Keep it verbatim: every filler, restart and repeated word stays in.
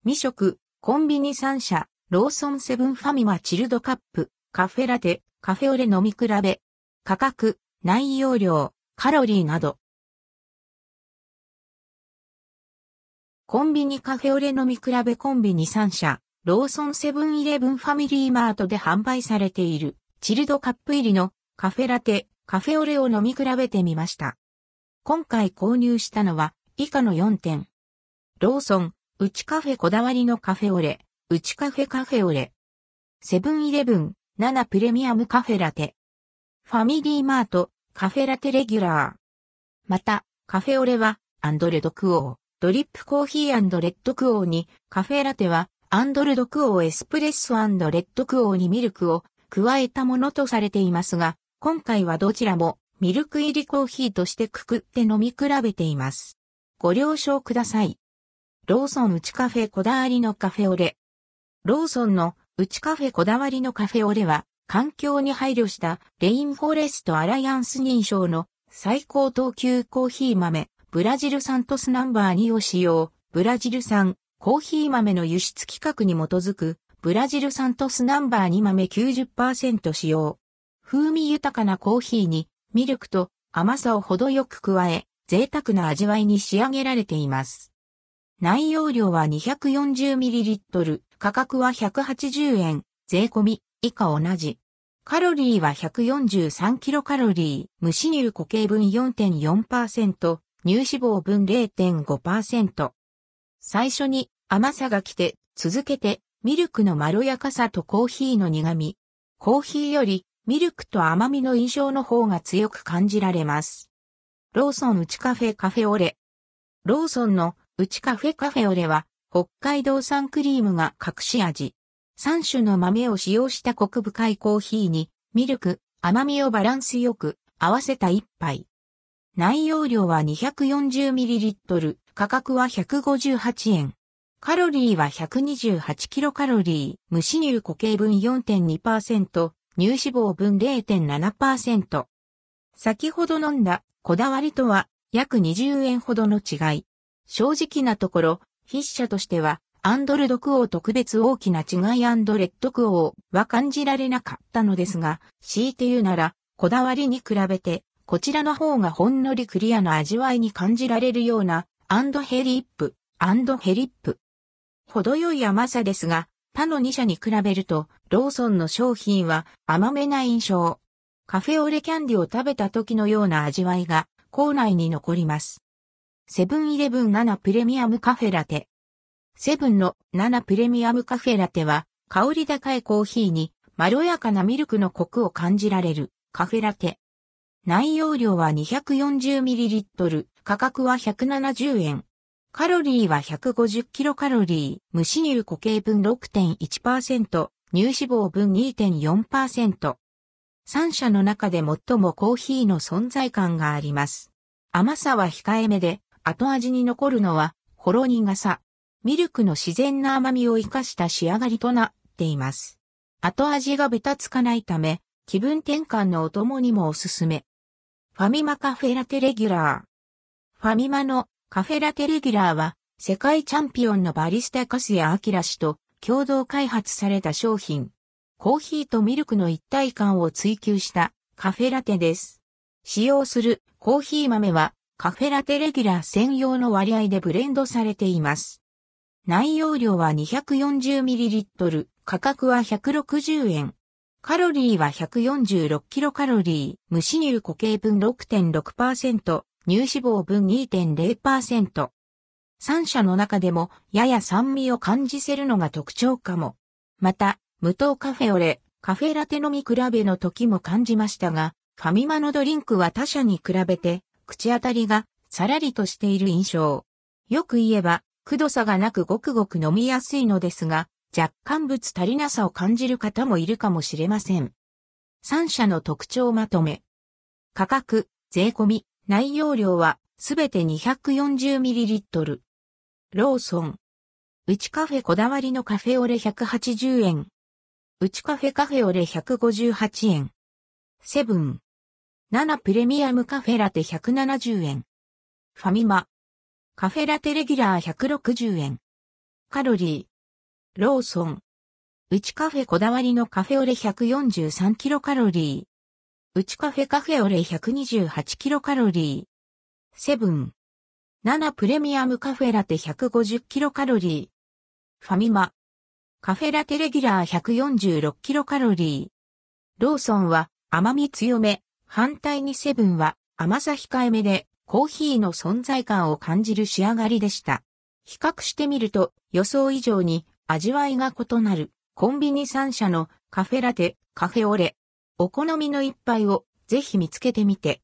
未食、コンビニさん社、ローソンセブンファミマチルドカップ、カフェラテ、カフェオレ飲み比べ。価格、内容量、カロリーなど。コンビニカフェオレ飲み比べコンビニさん社、ローソンセブンイレブンファミリーマートで販売されている、チルドカップ入りのカフェラテ、カフェオレを飲み比べてみました。今回購入したのは、以下のよんてん。ローソン、うちカフェこだわりのカフェオレ、うちカフェカフェオレ。セブンイレブン、ななプレミアムカフェラテ。ファミリーマート、カフェラテレギュラー。また、カフェオレは、アンドルドクオー、ドリップコーヒー&レッドクオーに、カフェラテは、アンドルドクオーエスプレッソ&レッドクオーにミルクを加えたものとされていますが、今回はどちらもミルク入りコーヒーとしてくくって飲み比べています。ご了承ください。ローソンうちカフェこだわりのカフェオレ。ローソンのうちカフェこだわりのカフェオレは、環境に配慮したレインフォレストアライアンス認証の最高等級コーヒー豆、ブラジル産トスナンバーにを使用。ブラジル産コーヒー豆の輸出規格に基づくブラジル産トスナンバーに豆 きゅうじゅっパーセント 使用。風味豊かなコーヒーにミルクと甘さを程よく加え、贅沢な味わいに仕上げられています。内容量は にひゃくよんじゅうミリリットル、価格はひゃくはちじゅうえん、税込み、以下同じ。カロリーはひゃくよんじゅうさんキロカロリー、無脂乳固形分 よんてんよんパーセント、乳脂肪分 れいてんごパーセント。最初に甘さが来て、続けてミルクのまろやかさとコーヒーの苦味。コーヒーよりミルクと甘みの印象の方が強く感じられます。ローソンうちカフェカフェオレ。ローソンのうちカフェカフェオレは北海道産クリームが隠し味。さん種の豆を使用したコク深いコーヒーにミルク、甘みをバランスよく合わせた一杯。内容量は にひゃくよんじゅうミリリットル、価格はひゃくごじゅうはちえん。カロリーはひゃくにじゅうはちキロカロリー、無脂乳固形分 よんてんにパーセント、乳脂肪分 れいてんななパーセント。先ほど飲んだこだわりとは約にじゅうえんほどの違い。正直なところ、筆者としては、アンドルドクオー特別大きな違い&レッドクオーは感じられなかったのですが、強いて言うなら、こだわりに比べて、こちらの方がほんのりクリアな味わいに感じられるような、アンドヘリップ、アンドヘリップ。程よい甘さですが、他のに社に比べると、ローソンの商品は甘めな印象。カフェオレキャンディを食べた時のような味わいが、口内に残ります。セブンイレブンななプレミアムカフェラテ。セブンのななプレミアムカフェラテは、香り高いコーヒーに、まろやかなミルクのコクを感じられる、カフェラテ。内容量は にひゃくよんじゅうミリリットル、価格はひゃくななじゅうえん。カロリーはひゃくごじゅうキロカロリー、無脂乳固形分 ろくてんいちパーセント、乳脂肪分 にてんよんパーセント。さん社の中で最もコーヒーの存在感があります。甘さは控えめで、後味に残るのは、ほろ苦さ。ミルクの自然な甘みを生かした仕上がりとなっています。後味がべたつかないため、気分転換のお供にもおすすめ。ファミマカフェラテレギュラー。ファミマのカフェラテレギュラーは、世界チャンピオンのバリスタ粕谷明氏と共同開発された商品。コーヒーとミルクの一体感を追求したカフェラテです。使用するコーヒー豆はカフェラテレギュラー専用の割合でブレンドされています。内容量は にひゃくよんじゅうミリリットル、価格はひゃくろくじゅうえん。カロリーはひゃくよんじゅうろくキロカロリー、無脂乳固形分 ろくてんろくパーセント、乳脂肪分 にてんれいパーセント。さん社の中でもやや酸味を感じせるのが特徴かも。また、無糖カフェオレ、カフェラテ飲み比べの時も感じましたが、ファミマのドリンクは他社に比べて、口当たりがさらりとしている印象。よく言えば、くどさがなくごくごく飲みやすいのですが、若干物足りなさを感じる方もいるかもしれません。さん社の特徴まとめ。価格、税込み、内容量はすべて にひゃくよんじゅうミリリットル。ローソン。うちカフェこだわりのカフェオレひゃくはちじゅうえん。うちカフェカフェオレひゃくごじゅうはちえん。セブン。ななプレミアムカフェラテひゃくななじゅうえん。ファミマ。カフェラテレギュラーひゃくろくじゅうえん。 カロリー。ローソン。うちカフェこだわりのカフェオレひゃくよんじゅうさんキロカロリー。うちカフェカフェオレひゃくにじゅうはちキロカロリー。セブン。ナナプレミアムカフェラテひゃくごじゅうキロカロリー。ファミマ。カフェラテレギュラーひゃくよんじゅうろくキロカロリー。ローソンは甘み強め。反対にセブンは甘さ控えめでコーヒーの存在感を感じる仕上がりでした。比較してみると予想以上に味わいが異なるコンビニさん社のカフェラテ、カフェオレ。お好みの一杯をぜひ見つけてみて